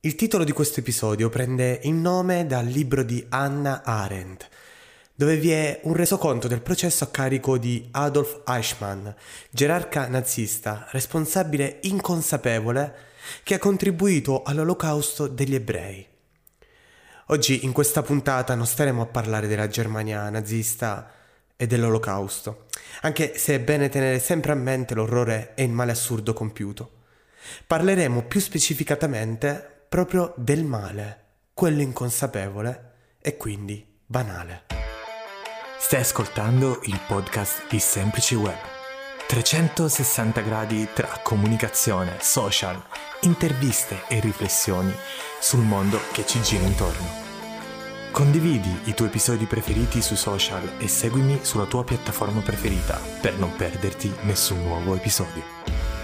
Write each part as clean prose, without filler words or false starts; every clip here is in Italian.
Il titolo di questo episodio prende il nome dal libro di Hannah Arendt, dove vi è un resoconto del processo a carico di Adolf Eichmann, gerarca nazista, responsabile inconsapevole che ha contribuito all'olocausto degli ebrei. Oggi in questa puntata non staremo a parlare della Germania nazista e dell'olocausto, anche se è bene tenere sempre a mente l'orrore e il male assurdo compiuto. Parleremo più specificatamente proprio del male, quello inconsapevole e quindi banale. Stai ascoltando il podcast di Semplice Web. 360 gradi tra comunicazione, social, interviste e riflessioni sul mondo che ci gira intorno. Condividi i tuoi episodi preferiti sui social e seguimi sulla tua piattaforma preferita per non perderti nessun nuovo episodio.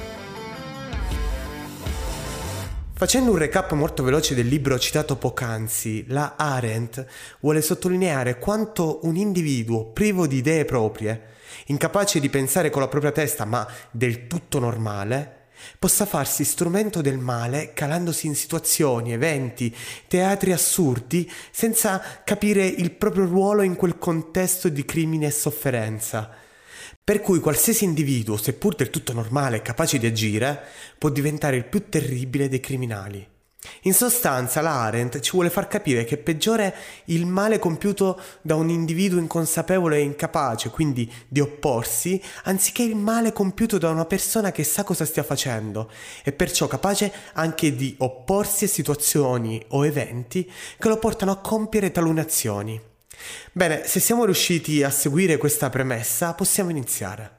Facendo un recap molto veloce del libro citato poc'anzi, la Arendt vuole sottolineare quanto un individuo privo di idee proprie, incapace di pensare con la propria testa ma del tutto normale, possa farsi strumento del male calandosi in situazioni, eventi, teatri assurdi senza capire il proprio ruolo in quel contesto di crimine e sofferenza. Per cui qualsiasi individuo, seppur del tutto normale e capace di agire, può diventare il più terribile dei criminali. In sostanza, la Arendt ci vuole far capire che è peggiore il male compiuto da un individuo inconsapevole e incapace, quindi di opporsi, anziché il male compiuto da una persona che sa cosa stia facendo e perciò capace anche di opporsi a situazioni o eventi che lo portano a compiere talune azioni. Bene, se siamo riusciti a seguire questa premessa, possiamo iniziare.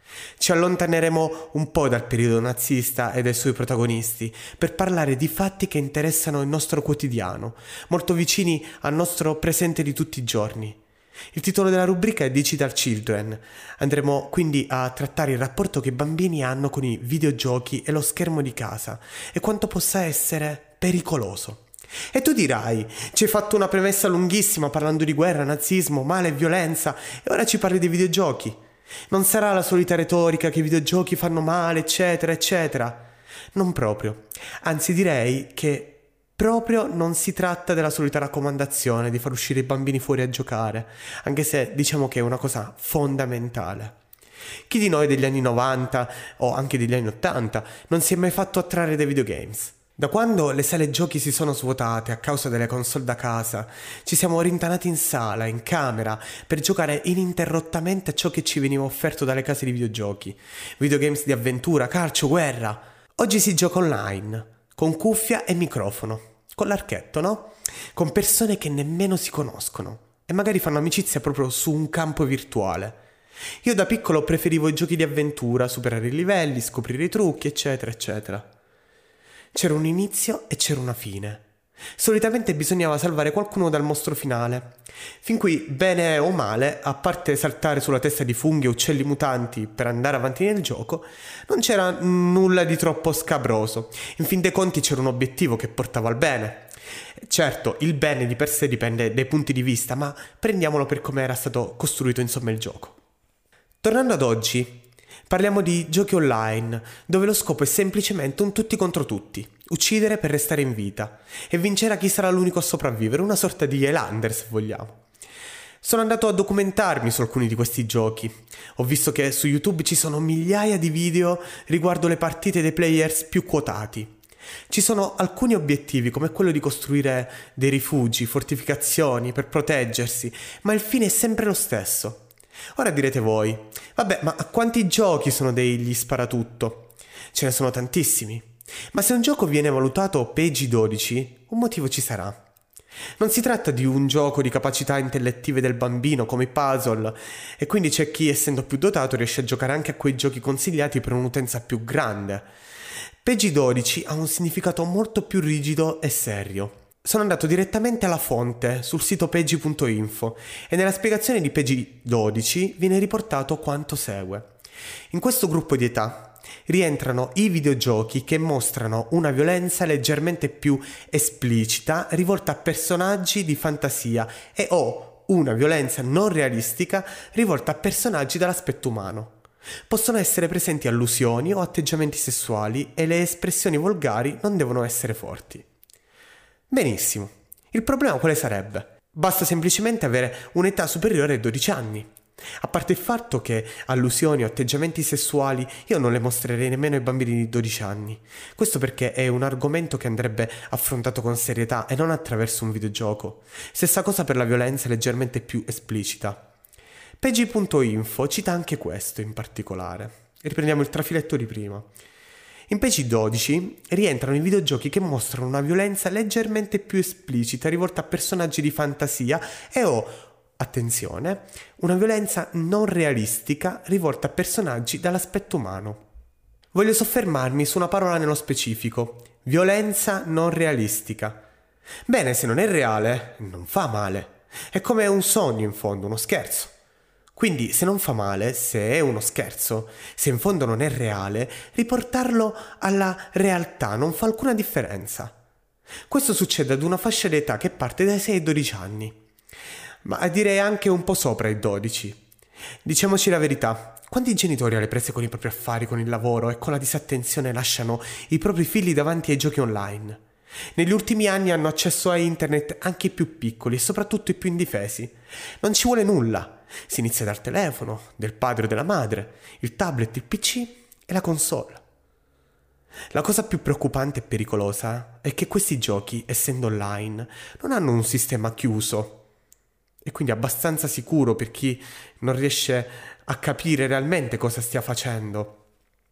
Ci allontaneremo un po' dal periodo nazista e dai suoi protagonisti per parlare di fatti che interessano il nostro quotidiano, molto vicini al nostro presente di tutti i giorni. Il titolo della rubrica è Digital Children. Andremo quindi a trattare il rapporto che i bambini hanno con i videogiochi e lo schermo di casa e quanto possa essere pericoloso. E tu dirai, ci hai fatto una premessa lunghissima parlando di guerra, nazismo, male e violenza e ora ci parli dei videogiochi. Non sarà la solita retorica che i videogiochi fanno male, eccetera, eccetera. Non proprio. Anzi direi che proprio non si tratta della solita raccomandazione di far uscire i bambini fuori a giocare, anche se diciamo che è una cosa fondamentale. Chi di noi degli anni 90 o anche degli anni 80 non si è mai fatto attrarre dai videogames? Da quando le sale giochi si sono svuotate a causa delle console da casa, ci siamo rintanati in sala, in camera, per giocare ininterrottamente a ciò che ci veniva offerto dalle case di videogiochi. Videogames di avventura, calcio, guerra. Oggi si gioca online, con cuffia e microfono, con l'archetto, no? Con persone che nemmeno si conoscono e magari fanno amicizia proprio su un campo virtuale. Io da piccolo preferivo i giochi di avventura, superare i livelli, scoprire i trucchi, eccetera, eccetera. C'era un inizio e c'era una fine. Solitamente bisognava salvare qualcuno dal mostro finale. Fin qui, bene o male, a parte saltare sulla testa di funghi e uccelli mutanti per andare avanti nel gioco, non c'era nulla di troppo scabroso. In fin dei conti c'era un obiettivo che portava al bene. Certo, il bene di per sé dipende dai punti di vista, ma prendiamolo per come era stato costruito insomma il gioco. Tornando ad oggi, parliamo di giochi online, dove lo scopo è semplicemente un tutti contro tutti, uccidere per restare in vita e vincere a chi sarà l'unico a sopravvivere, una sorta di Highlander se vogliamo. Sono andato a documentarmi su alcuni di questi giochi. Ho visto che su YouTube ci sono migliaia di video riguardo le partite dei players più quotati. Ci sono alcuni obiettivi come quello di costruire dei rifugi, fortificazioni per proteggersi, ma il fine è sempre lo stesso. Ora direte voi, vabbè, ma quanti giochi sono degli sparatutto? Ce ne sono tantissimi. Ma se un gioco viene valutato PEGI 12, un motivo ci sarà. Non si tratta di un gioco di capacità intellettive del bambino come i puzzle, e quindi c'è chi, essendo più dotato, riesce a giocare anche a quei giochi consigliati per un'utenza più grande. PEGI 12 ha un significato molto più rigido e serio. Sono andato direttamente alla fonte sul sito pegi.info e nella spiegazione di PEGI 12 viene riportato quanto segue. In questo gruppo di età rientrano i videogiochi che mostrano una violenza leggermente più esplicita rivolta a personaggi di fantasia e o una violenza non realistica rivolta a personaggi dall'aspetto umano. Possono essere presenti allusioni o atteggiamenti sessuali e le espressioni volgari non devono essere forti. Benissimo. Il problema quale sarebbe? Basta semplicemente avere un'età superiore ai 12 anni. A parte il fatto che allusioni o atteggiamenti sessuali io non le mostrerei nemmeno ai bambini di 12 anni. Questo perché è un argomento che andrebbe affrontato con serietà e non attraverso un videogioco. Stessa cosa per la violenza leggermente più esplicita. Pegi.info cita anche questo in particolare. Riprendiamo il trafiletto di prima. In Pegi 12 rientrano i videogiochi che mostrano una violenza leggermente più esplicita rivolta a personaggi di fantasia attenzione, una violenza non realistica rivolta a personaggi dall'aspetto umano. Voglio soffermarmi su una parola nello specifico: violenza non realistica. Bene, se non è reale, non fa male. È come un sogno in fondo, uno scherzo. Quindi se non fa male, se è uno scherzo, se in fondo non è reale, riportarlo alla realtà non fa alcuna differenza. Questo succede ad una fascia d'età che parte dai 6 ai 12 anni. Ma direi anche un po' sopra i 12. Diciamoci la verità, quanti genitori alle prese con i propri affari, con il lavoro e con la disattenzione lasciano i propri figli davanti ai giochi online? Negli ultimi anni hanno accesso a internet anche i più piccoli e soprattutto i più indifesi. Non ci vuole nulla, si inizia dal telefono, del padre o della madre, il tablet, il PC e la console. La cosa più preoccupante e pericolosa è che questi giochi, essendo online, non hanno un sistema chiuso e quindi abbastanza sicuro per chi non riesce a capire realmente cosa stia facendo.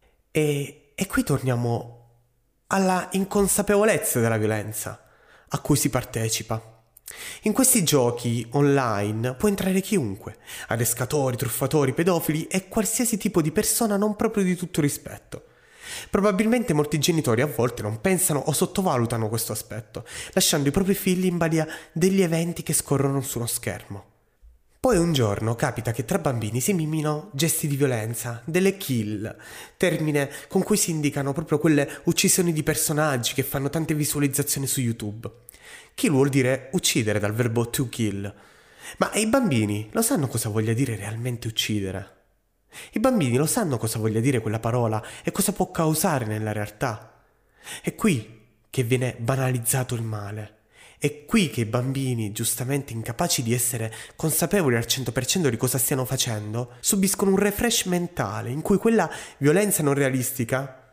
E qui torniamo alla inconsapevolezza della violenza a cui si partecipa. In questi giochi online può entrare chiunque, adescatori, truffatori, pedofili e qualsiasi tipo di persona non proprio di tutto rispetto. Probabilmente molti genitori a volte non pensano o sottovalutano questo aspetto, lasciando i propri figli in balia degli eventi che scorrono su uno schermo. Poi un giorno capita che tra bambini si mimino gesti di violenza, delle kill, termine con cui si indicano proprio quelle uccisioni di personaggi che fanno tante visualizzazioni su YouTube. Kill vuol dire uccidere dal verbo to kill. Ma i bambini lo sanno cosa voglia dire realmente uccidere? I bambini lo sanno cosa voglia dire quella parola e cosa può causare nella realtà. È qui che viene banalizzato il male. È qui che i bambini, giustamente incapaci di essere consapevoli al 100% di cosa stiano facendo, subiscono un refresh mentale in cui quella violenza non realistica,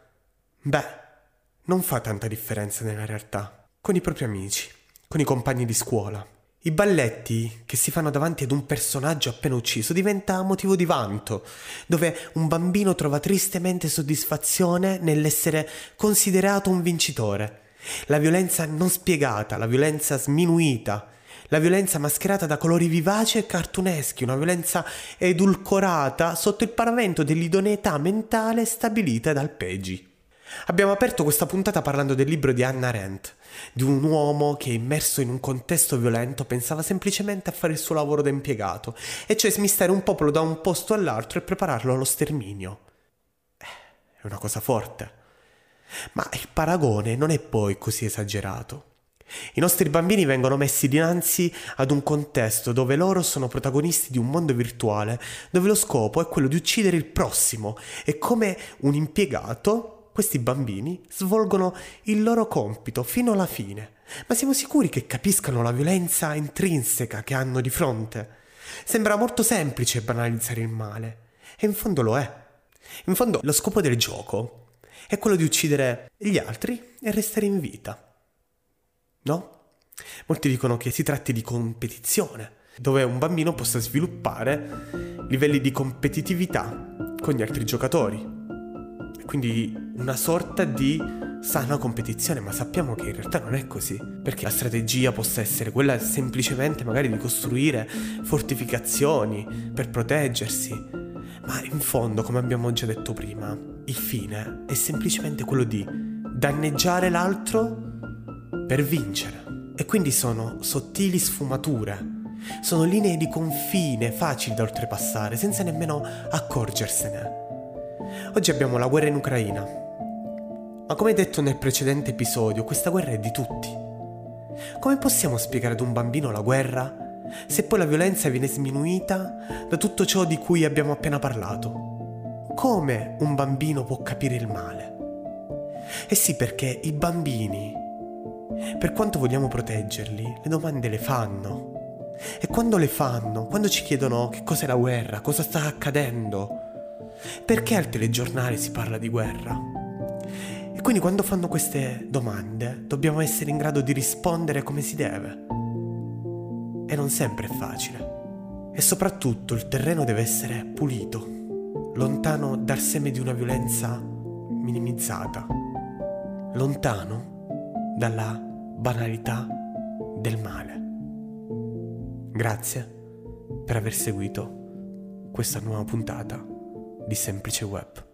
non fa tanta differenza nella realtà. Con i propri amici, con i compagni di scuola. I balletti che si fanno davanti ad un personaggio appena ucciso diventa motivo di vanto, dove un bambino trova tristemente soddisfazione nell'essere considerato un vincitore. La violenza non spiegata, la violenza sminuita, la violenza mascherata da colori vivaci e cartuneschi, una violenza edulcorata sotto il paravento dell'idoneità mentale stabilita dal Pegi. Abbiamo aperto questa puntata parlando del libro di Hannah Arendt, di un uomo che, immerso in un contesto violento, pensava semplicemente a fare il suo lavoro da impiegato, e cioè smistare un popolo da un posto all'altro e prepararlo allo sterminio. È una cosa forte. Ma il paragone non è poi così esagerato. I nostri bambini vengono messi dinanzi ad un contesto dove loro sono protagonisti di un mondo virtuale, dove lo scopo è quello di uccidere il prossimo, e come un impiegato questi bambini svolgono il loro compito fino alla fine. Ma siamo sicuri che capiscano la violenza intrinseca che hanno di fronte? Sembra molto semplice banalizzare il male, e in fondo lo è. In fondo lo scopo del gioco è quello di uccidere gli altri e restare in vita. No? Molti dicono che si tratti di competizione, dove un bambino possa sviluppare livelli di competitività con gli altri giocatori. Quindi una sorta di sana competizione, ma sappiamo che in realtà non è così, perché la strategia possa essere quella semplicemente magari di costruire fortificazioni per proteggersi, ma in fondo, come abbiamo già detto prima, il fine è semplicemente quello di danneggiare l'altro per vincere. E quindi sono sottili sfumature, sono linee di confine facili da oltrepassare senza nemmeno accorgersene. Oggi abbiamo la guerra in Ucraina, ma come detto nel precedente episodio, questa guerra è di tutti. Come possiamo spiegare ad un bambino la guerra se poi la violenza viene sminuita da tutto ciò di cui abbiamo appena parlato? Come un bambino può capire il male? Eh sì, perché i bambini Per quanto vogliamo proteggerli, le domande le fanno. E quando le fanno, quando ci chiedono che cos'è la guerra, cosa sta accadendo, perché al telegiornale si parla di guerra? E quindi quando fanno queste domande dobbiamo essere in grado di rispondere come si deve. E non sempre è facile. E soprattutto il terreno deve essere pulito, lontano dal seme di una violenza minimizzata, lontano dalla banalità del male. Grazie per aver seguito questa nuova puntata di Semplice Web.